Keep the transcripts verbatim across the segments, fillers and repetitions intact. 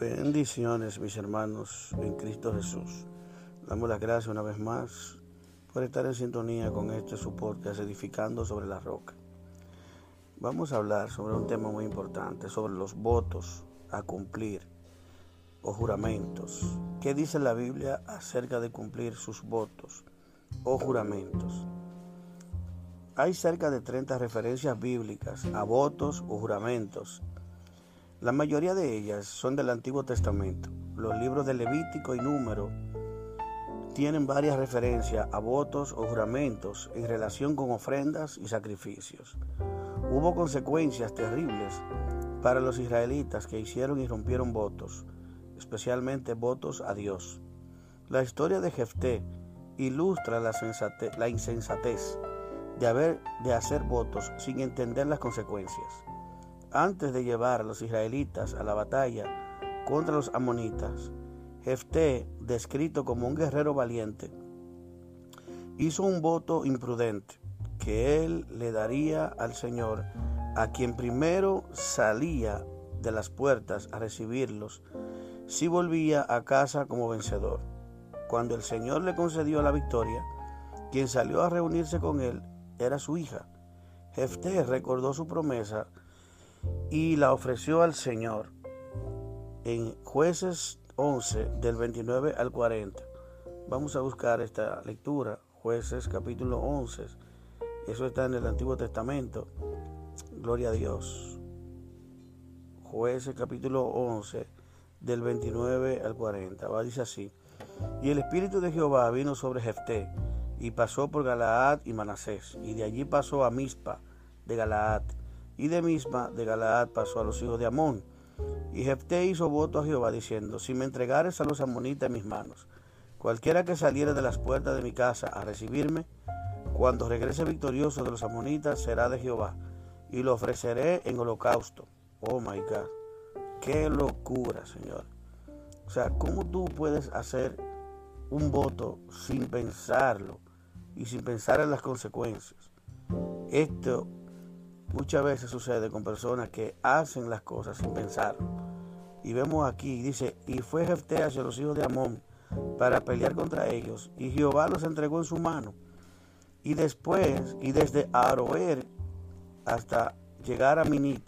Bendiciones, mis hermanos en Cristo Jesús. Damos las gracias una vez más por estar en sintonía con este su podcast Edificando sobre la Roca. Vamos a hablar sobre un tema muy importante, sobre los votos a cumplir o juramentos. ¿Qué dice la Biblia acerca de cumplir sus votos o juramentos? Hay cerca de treinta referencias bíblicas a votos o juramentos. La mayoría de ellas son del Antiguo Testamento. Los libros de Levítico y Número tienen varias referencias a votos o juramentos en relación con ofrendas y sacrificios. Hubo consecuencias terribles para los israelitas que hicieron y rompieron votos, especialmente votos a Dios. La historia de Jefté ilustra la, sensate, la insensatez de, haber, de hacer votos sin entender las consecuencias. Antes de llevar a los israelitas a la batalla contra los amonitas, Jefté, descrito como un guerrero valiente, hizo un voto imprudente que él le daría al Señor a quien primero salía de las puertas a recibirlos si volvía a casa como vencedor. Cuando el Señor le concedió la victoria, quien salió a reunirse con él era su hija. Jefté recordó su promesa y la ofreció al Señor. En Jueces once, del veintinueve al cuarenta. Vamos a buscar esta lectura, Jueces capítulo once. Eso está en el Antiguo Testamento. Gloria a Dios. Jueces capítulo once, del veintinueve al cuarenta. Va, dice así: Y el Espíritu de Jehová vino sobre Jefté, y pasó por Galaad y Manasés, y de allí pasó a Mizpa de Galaad, y de Misma de Galaad pasó a los hijos de Amón. Y Jefté hizo voto a Jehová, diciendo: Si me entregares a los amonitas en mis manos, cualquiera que saliere de las puertas de mi casa a recibirme, cuando regrese victorioso de los amonitas, será de Jehová, y lo ofreceré en holocausto. Oh my God, qué locura, Señor. O sea, ¿cómo tú puedes hacer un voto sin pensarlo y sin pensar en las consecuencias? Esto muchas veces sucede con personas que hacen las cosas sin pensarlo. Y vemos aquí, dice: Y fue Jefté hacia los hijos de Amón para pelear contra ellos, y Jehová los entregó en su mano. Y después, y desde Aroer hasta llegar a Minit,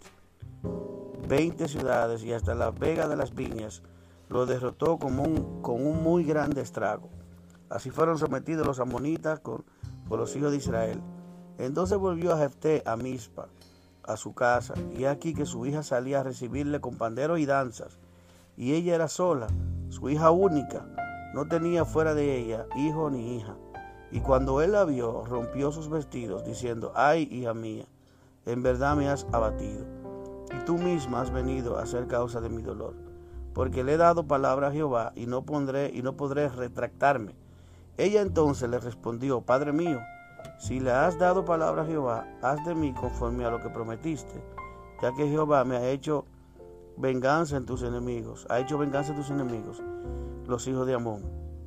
veinte ciudades, y hasta la vega de las viñas, lo derrotó con un, con un muy grande estrago. Así fueron sometidos los amonitas con, por los hijos de Israel. Entonces volvió a Jefté a Mizpa, a su casa, y aquí que su hija salía a recibirle con panderos y danzas, y ella era sola, su hija única, no tenía fuera de ella hijo ni hija. Y cuando él la vio, rompió sus vestidos, diciendo: Ay, hija mía, en verdad me has abatido, y tú misma has venido a ser causa de mi dolor, porque le he dado palabra a Jehová, y no pondré y no podré retractarme. Ella entonces le respondió: Padre mío, si le has dado palabra a Jehová, haz de mí conforme a lo que prometiste, ya que Jehová me ha hecho venganza en tus enemigos, ha hecho venganza en tus enemigos, los hijos de Amón.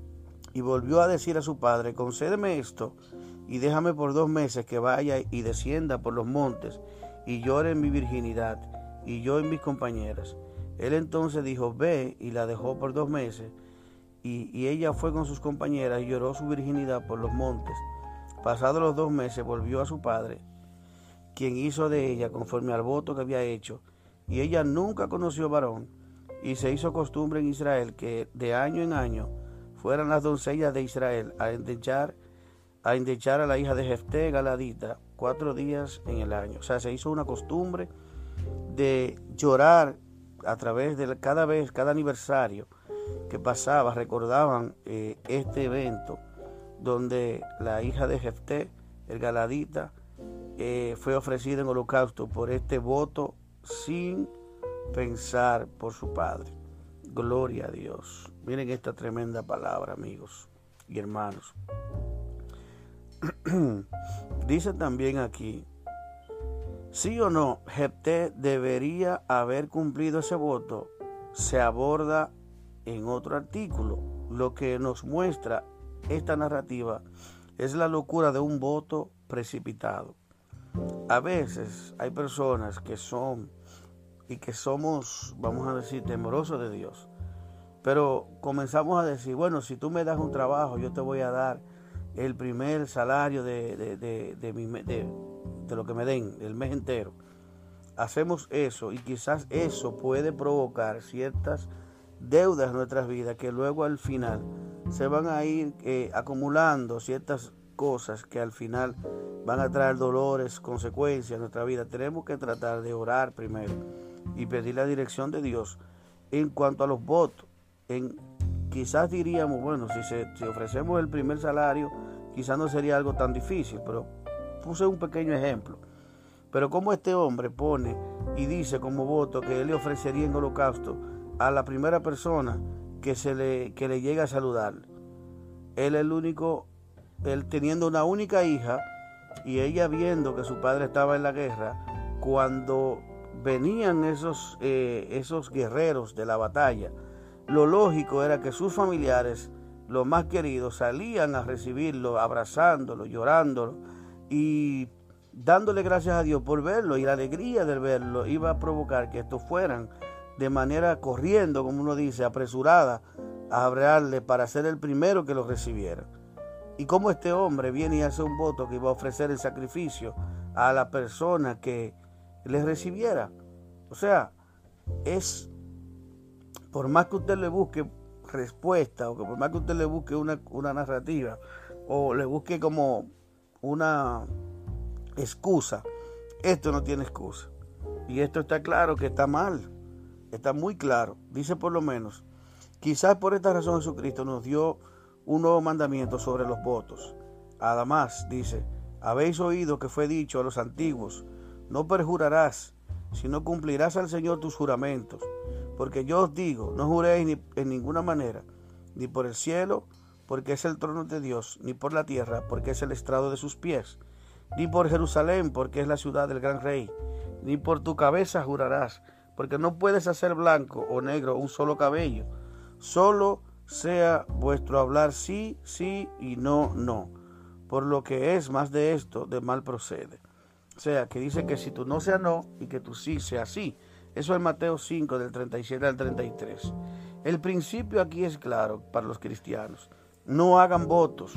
Y volvió a decir a su padre: Concédeme esto, y déjame por dos meses que vaya y descienda por los montes, y llore en mi virginidad, y yo en mis compañeras. Él entonces dijo: Ve, y la dejó por dos meses, y, y ella fue con sus compañeras y lloró su virginidad por los montes. Pasados los dos meses volvió a su padre, quien hizo de ella conforme al voto que había hecho, y ella nunca conoció varón, y se hizo costumbre en Israel que de año en año fueran las doncellas de Israel a endechar a, endechar a la hija de Jefté galadita cuatro días en el año. O sea, se hizo una costumbre de llorar a través de cada vez, cada aniversario que pasaba, recordaban eh, este evento donde la hija de Jefté, el galadita, eh, fue ofrecida en holocausto por este voto sin pensar por su padre. Gloria a Dios. Miren esta tremenda palabra, amigos y hermanos. Dice también aquí: sí o no, Jefté debería haber cumplido ese voto. Se aborda en otro artículo. Lo que nos muestra esta narrativa es la locura de un voto precipitado. A veces hay personas que son y que somos, vamos a decir, temerosos de Dios. Pero comenzamos a decir, bueno, si tú me das un trabajo, yo te voy a dar el primer salario de, de, de, de, mi, de, de lo que me den, el mes entero. Hacemos eso y quizás eso puede provocar ciertas deudas en nuestras vidas que luego al final se van a ir eh, acumulando ciertas cosas que al final van a traer dolores, consecuencias en nuestra vida. Tenemos que tratar de orar primero y pedir la dirección de Dios en cuanto a los votos. En, quizás diríamos, bueno, si, se, si ofrecemos el primer salario, quizás no sería algo tan difícil, pero puse un pequeño ejemplo. Pero como este hombre pone y dice como voto que él le ofrecería en holocausto a la primera persona que, se le, que le llegue a saludar. Él es el único, él teniendo una única hija y ella viendo que su padre estaba en la guerra, cuando venían esos, eh, esos guerreros de la batalla, lo lógico era que sus familiares, los más queridos, salían a recibirlo, abrazándolo, llorándolo y dándole gracias a Dios por verlo, y la alegría de verlo iba a provocar que estos fueran de manera corriendo, como uno dice, apresurada, a hablarle para ser el primero que lo recibiera. Y como este hombre viene y hace un voto que iba a ofrecer el sacrificio a la persona que le recibiera. O sea, es, por más que usted le busque respuesta, o que por más que usted le busque una, una narrativa, o le busque como una excusa, esto no tiene excusa. Y esto está claro que está mal, está muy claro. Dice por lo menos, quizás por esta razón Jesucristo nos dio un nuevo mandamiento sobre los votos. Además, dice, habéis oído que fue dicho a los antiguos, no perjurarás, sino cumplirás al Señor tus juramentos. Porque yo os digo, no juréis ni en ninguna manera, ni por el cielo, porque es el trono de Dios, ni por la tierra, porque es el estrado de sus pies, ni por Jerusalén, porque es la ciudad del gran rey, ni por tu cabeza jurarás, porque no puedes hacer blanco o negro un solo cabello. Solo sea vuestro hablar sí, sí y no, no. Por lo que es más de esto, de mal procede. O sea, que dice que si tú no sea no y que tú sí sea sí. Eso es Mateo cinco, del treinta y siete al treinta y tres. El principio aquí es claro para los cristianos. No hagan votos,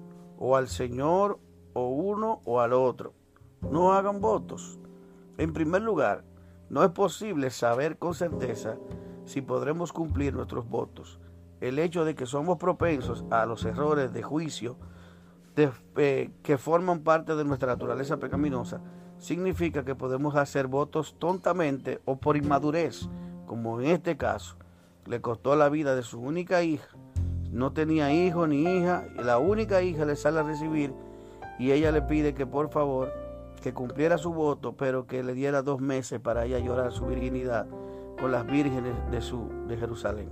o al Señor, o uno, o al otro. No hagan votos. En primer lugar, no es posible saber con certeza si podremos cumplir nuestros votos. El hecho de que somos propensos a los errores de juicio de, eh, que forman parte de nuestra naturaleza pecaminosa, significa que podemos hacer votos tontamente o por inmadurez, como en este caso. Le costó la vida de su única hija. No tenía hijo ni hija, y la única hija le sale a recibir y ella le pide que por favor que cumpliera su voto, pero que le diera dos meses para ella llorar su virginidad con las vírgenes de, su, de Jerusalén.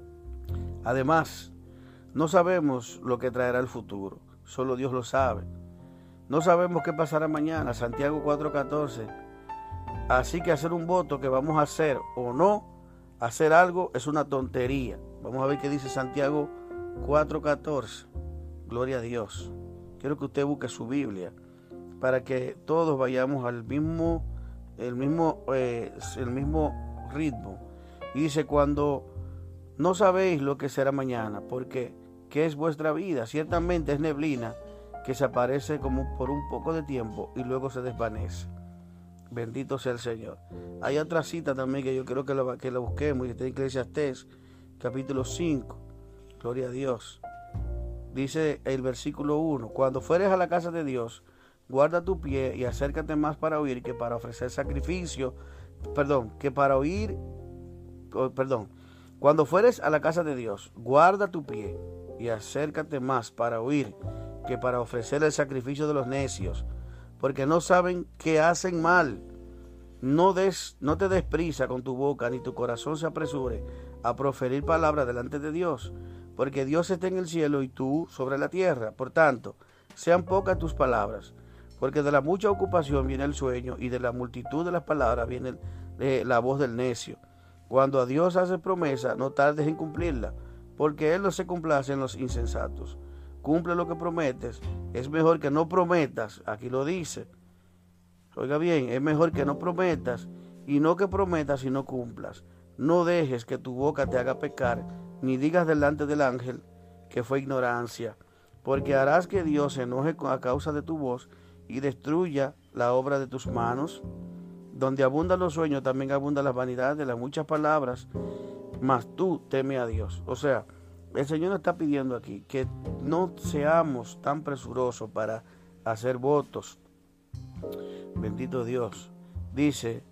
Además, no sabemos lo que traerá el futuro, solo Dios lo sabe. No sabemos qué pasará mañana, Santiago cuatro catorce. Así que hacer un voto que vamos a hacer o no hacer algo es una tontería. Vamos a ver qué dice Santiago cuatro catorce. Gloria a Dios. Quiero que usted busque su Biblia para que todos vayamos al mismo, el mismo, eh, el mismo ritmo. Y dice, cuando no sabéis lo que será mañana, porque ¿qué es vuestra vida? Ciertamente es neblina que se aparece como por un poco de tiempo y luego se desvanece. Bendito sea el Señor. Hay otra cita también que yo creo que la, que la busquemos, y está en Eclesiastés, capítulo cinco. Gloria a Dios. Dice el versículo uno, cuando fueres a la casa de Dios, guarda tu pie y acércate más para oír que para ofrecer sacrificio, perdón, que para oír, oh, perdón, cuando fueres a la casa de Dios, guarda tu pie y acércate más para oír que para ofrecer el sacrificio de los necios, porque no saben que hacen mal. No, des, no te des prisa con tu boca, ni tu corazón se apresure a proferir palabras delante de Dios, porque Dios está en el cielo y tú sobre la tierra. Por tanto, sean pocas tus palabras, porque de la mucha ocupación viene el sueño, y de la multitud de las palabras viene eh, la voz del necio. Cuando a Dios haces promesa, no tardes en cumplirla, porque Él no se complace en los insensatos. Cumple lo que prometes. Es mejor que no prometas, aquí lo dice. Oiga bien, es mejor que no prometas y no que prometas y no cumplas. No dejes que tu boca te haga pecar, ni digas delante del ángel que fue ignorancia, porque harás que Dios se enoje a causa de tu voz y destruya la obra de tus manos. Donde abundan los sueños, también abundan las vanidades de las muchas palabras, mas tú teme a Dios. O sea, el Señor nos está pidiendo aquí que no seamos tan presurosos para hacer votos. Bendito Dios. Dice,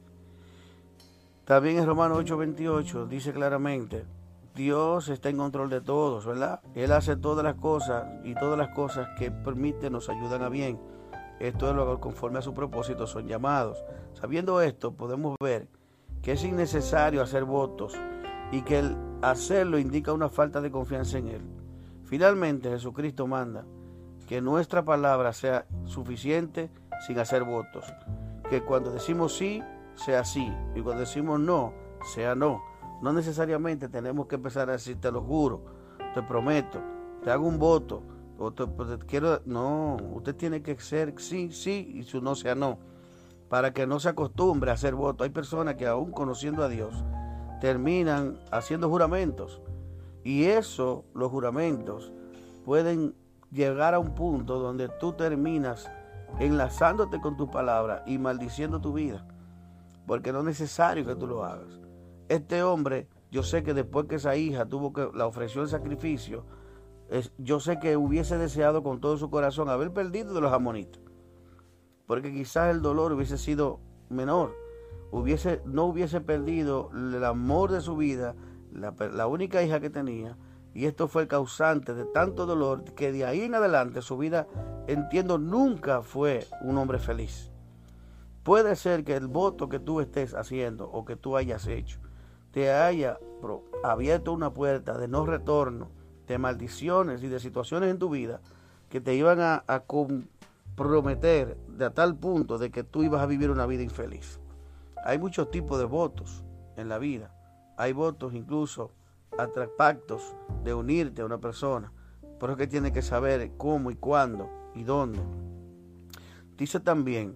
también en Romanos ocho veintiocho, dice claramente, Dios está en control de todos, ¿verdad? Él hace todas las cosas y todas las cosas que permite nos ayudan a bien. Esto es lo que conforme a su propósito son llamados. Sabiendo esto, podemos ver que es innecesario hacer votos y que el hacerlo indica una falta de confianza en Él. Finalmente, Jesucristo manda que nuestra palabra sea suficiente sin hacer votos. Que cuando decimos sí, sea sí, y cuando decimos no, sea no. No necesariamente tenemos que empezar a decir, te lo juro, te prometo, te hago un voto, o te, te quiero. No, usted tiene que ser sí, sí, y su no sea no, para que no se acostumbre a hacer votos. Hay personas que aún conociendo a Dios, terminan haciendo juramentos, y eso, los juramentos, pueden llegar a un punto donde tú terminas enlazándote con tu palabra y maldiciendo tu vida, porque no es necesario que tú lo hagas. Este hombre, yo sé que después que esa hija tuvo que la ofreció el sacrificio, es, yo sé que hubiese deseado con todo su corazón haber perdido de los amonitas, porque quizás el dolor hubiese sido menor, hubiese no hubiese perdido el amor de su vida, la, la única hija que tenía, y esto fue el causante de tanto dolor que de ahí en adelante su vida, entiendo, nunca fue un hombre feliz. Puede ser que el voto que tú estés haciendo o que tú hayas hecho te haya abierto una puerta de no retorno, de maldiciones y de situaciones en tu vida que te iban a, a comprometer de a tal punto de que tú ibas a vivir una vida infeliz. Hay muchos tipos de votos en la vida. Hay votos incluso hasta pactos de unirte a una persona, pero es que tienes que saber cómo y cuándo y dónde. Dice también,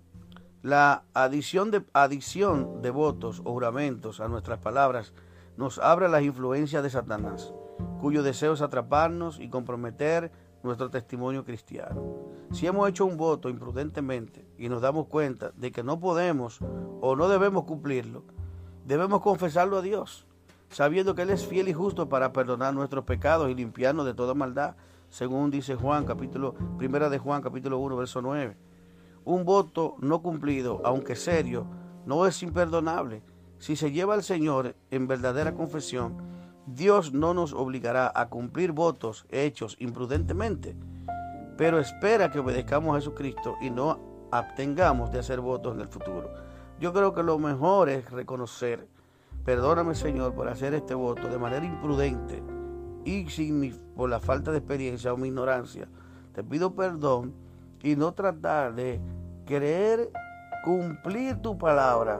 la adición de, adición de votos o juramentos a nuestras palabras nos abre las influencias de Satanás, cuyo deseo es atraparnos y comprometer nuestro testimonio cristiano. Si hemos hecho un voto imprudentemente y nos damos cuenta de que no podemos o no debemos cumplirlo, debemos confesarlo a Dios, sabiendo que Él es fiel y justo para perdonar nuestros pecados y limpiarnos de toda maldad, según dice Juan, capítulo, primera de Juan, capítulo uno, verso nueve. Un voto no cumplido, aunque serio, no es imperdonable. Si se lleva al Señor en verdadera confesión, Dios no nos obligará a cumplir votos hechos imprudentemente, pero espera que obedezcamos a Jesucristo y no abstengamos de hacer votos en el futuro. Yo creo que lo mejor es reconocer, perdóname Señor por hacer este voto de manera imprudente y sin mi, por la falta de experiencia o mi ignorancia. Te pido perdón y no tratar de querer cumplir tu palabra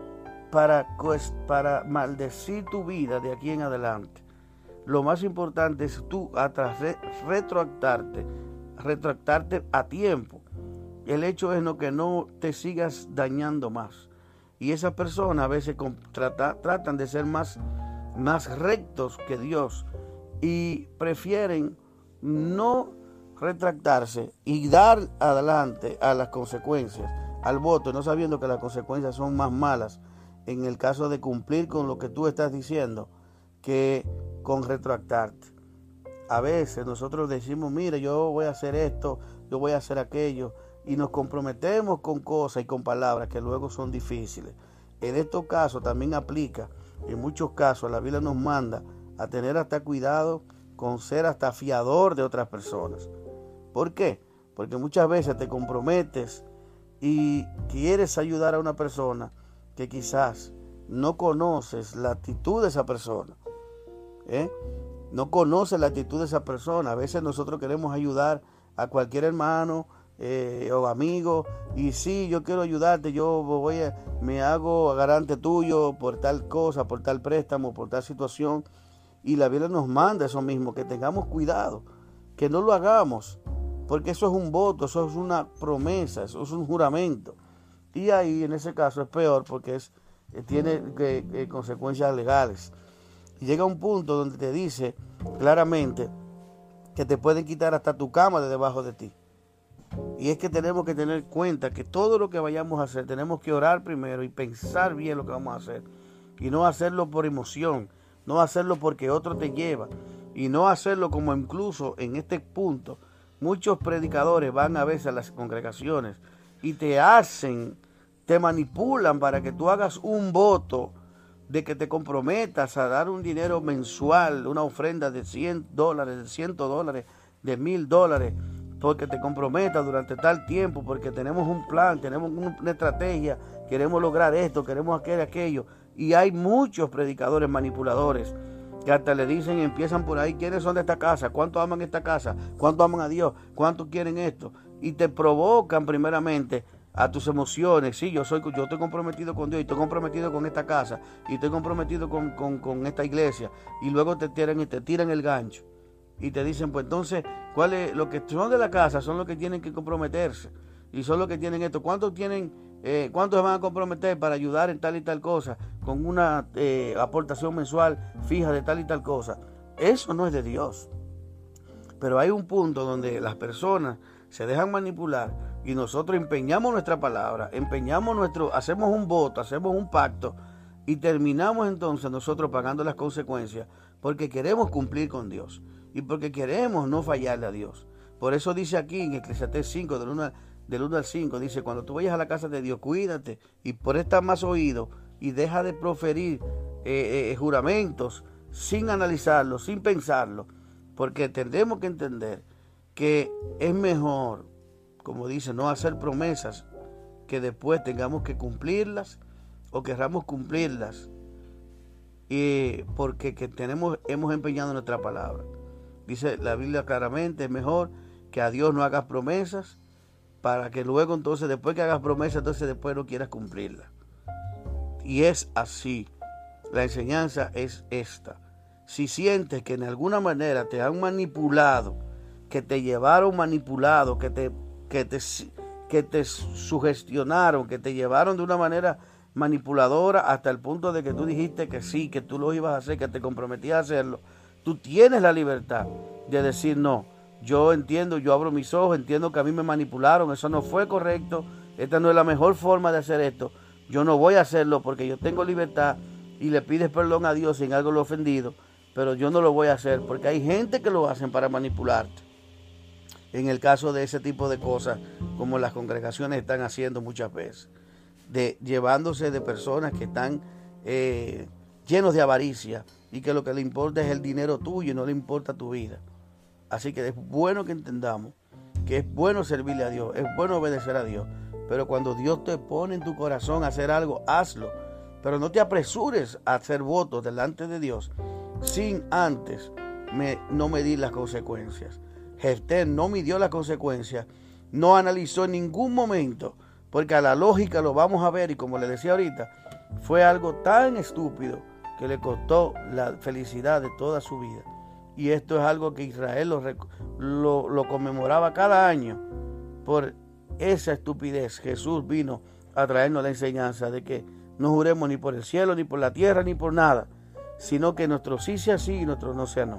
para, para maldecir tu vida de aquí en adelante. Lo más importante es tú atrás, retroactarte, retractarte a tiempo. El hecho es no que no te sigas dañando más. Y esas personas a veces trata, tratan de ser más, más rectos que Dios y prefieren no retractarse y dar adelante a las consecuencias, al voto, no sabiendo que las consecuencias son más malas en el caso de cumplir con lo que tú estás diciendo que con retractarte. A veces nosotros decimos, mire, yo voy a hacer esto, yo voy a hacer aquello, y nos comprometemos con cosas y con palabras que luego son difíciles. En estos casos también aplica, en muchos casos la Biblia nos manda a tener hasta cuidado con ser hasta fiador de otras personas. ¿Por qué? Porque muchas veces te comprometes y quieres ayudar a una persona que quizás no conoces la actitud de esa persona. ¿Eh? No conoces la actitud de esa persona. A veces nosotros queremos ayudar a cualquier hermano eh, o amigo, y sí, yo quiero ayudarte, yo voy a, me hago garante tuyo por tal cosa, por tal préstamo, por tal situación. Y la Biblia nos manda eso mismo, que tengamos cuidado, que no lo hagamos, porque eso es un voto, eso es una promesa, eso es un juramento. Y ahí en ese caso es peor, porque es eh, tiene eh, eh, consecuencias legales. Y llega un punto donde te dice claramente que te pueden quitar hasta tu cama de debajo de ti. Y es que tenemos que tener cuenta que todo lo que vayamos a hacer, tenemos que orar primero y pensar bien lo que vamos a hacer. Y no hacerlo por emoción, no hacerlo porque otro te lleva. Y no hacerlo como incluso en este punto, muchos predicadores van a veces a las congregaciones y te hacen, te manipulan para que tú hagas un voto de que te comprometas a dar un dinero mensual, una ofrenda de cien dólares, de cien dólares, de mil dólares, porque te comprometas durante tal tiempo, porque tenemos un plan, tenemos una estrategia, queremos lograr esto, queremos aquello, aquello. Y hay muchos predicadores manipuladores que hasta le dicen y empiezan por ahí, ¿quiénes son de esta casa? ¿Cuánto aman esta casa? ¿Cuánto aman a Dios? ¿Cuánto quieren esto? Y te provocan primeramente a tus emociones. Sí, yo soy, yo estoy comprometido con Dios, y estoy comprometido con esta casa, y estoy comprometido con, con, con esta iglesia. Y luego te tiran y te tiran el gancho. Y te dicen, pues entonces, ¿cuáles? Los que son de la casa son los que tienen que comprometerse. Y son los que tienen esto. ¿Cuántos tienen, eh, cuántos se van a comprometer para ayudar en tal y tal cosa? Con una eh, aportación mensual fija de tal y tal cosa. Eso no es de Dios. Pero hay un punto donde las personas se dejan manipular y nosotros empeñamos nuestra palabra, empeñamos nuestro, hacemos un voto, hacemos un pacto y terminamos entonces nosotros pagando las consecuencias porque queremos cumplir con Dios y porque queremos no fallarle a Dios. Por eso dice aquí en Eclesiastés cinco, del uno, del uno al cinco, dice, cuando tú vayas a la casa de Dios, cuídate y presta más oído y deja de proferir eh, eh, juramentos sin analizarlo, sin pensarlo, porque tendremos que entender que es mejor, como dice, no hacer promesas que después tengamos que cumplirlas o querramos cumplirlas y porque que tenemos, hemos empeñado nuestra palabra. Dice la Biblia claramente, es mejor que a Dios no hagas promesas para que luego entonces, después que hagas promesas, entonces después no quieras cumplirlas. Y es así. La enseñanza es esta. Si sientes que en alguna manera te han manipulado, que te llevaron manipulado, que te, que te, que te sugestionaron, que te llevaron de una manera manipuladora hasta el punto de que tú dijiste que sí, que tú lo ibas a hacer, que te comprometías a hacerlo, tú tienes la libertad de decir no. Yo entiendo, yo abro mis ojos, entiendo que a mí me manipularon, eso no fue correcto, esta no es la mejor forma de hacer esto, yo no voy a hacerlo porque yo tengo libertad y le pides perdón a Dios si en algo lo he ofendido, pero yo no lo voy a hacer porque hay gente que lo hacen para manipularte. En el caso de ese tipo de cosas, como las congregaciones están haciendo muchas veces, de llevándose de personas que están eh, llenos de avaricia y que lo que le importa es el dinero tuyo y no le importa tu vida. Así que es bueno que entendamos que es bueno servirle a Dios, es bueno obedecer a Dios, pero cuando Dios te pone en tu corazón a hacer algo, hazlo. Pero no te apresures a hacer votos delante de Dios sin antes me, no medir las consecuencias. Jefté no midió las consecuencias, no analizó en ningún momento, porque a la lógica lo vamos a ver y como le decía ahorita, fue algo tan estúpido que le costó la felicidad de toda su vida. Y esto es algo que Israel lo, lo, lo conmemoraba cada año. Por esa estupidez Jesús vino a traernos la enseñanza de que no juremos ni por el cielo, ni por la tierra, ni por nada, sino que nuestro sí sea sí y nuestro no sea no.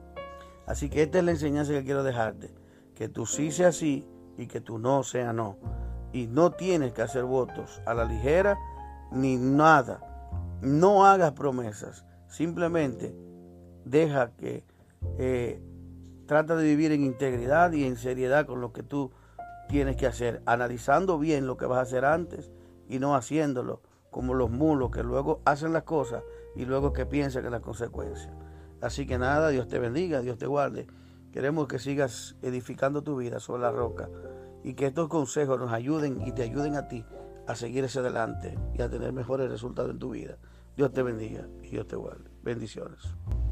Así que esta es la enseñanza que quiero dejarte, que tu sí sea sí y que tu no sea no. Y no tienes que hacer votos a la ligera ni nada. No hagas promesas, simplemente deja que eh, trata de vivir en integridad y en seriedad con lo que tú tienes que hacer, analizando bien lo que vas a hacer antes y no haciéndolo como los mulos que luego hacen las cosas y luego que piensan que las consecuencias. Así que nada, Dios te bendiga, Dios te guarde. Queremos que sigas edificando tu vida sobre la roca y que estos consejos nos ayuden y te ayuden a ti a seguir hacia adelante y a tener mejores resultados en tu vida. Dios te bendiga y Dios te guarde. Bendiciones.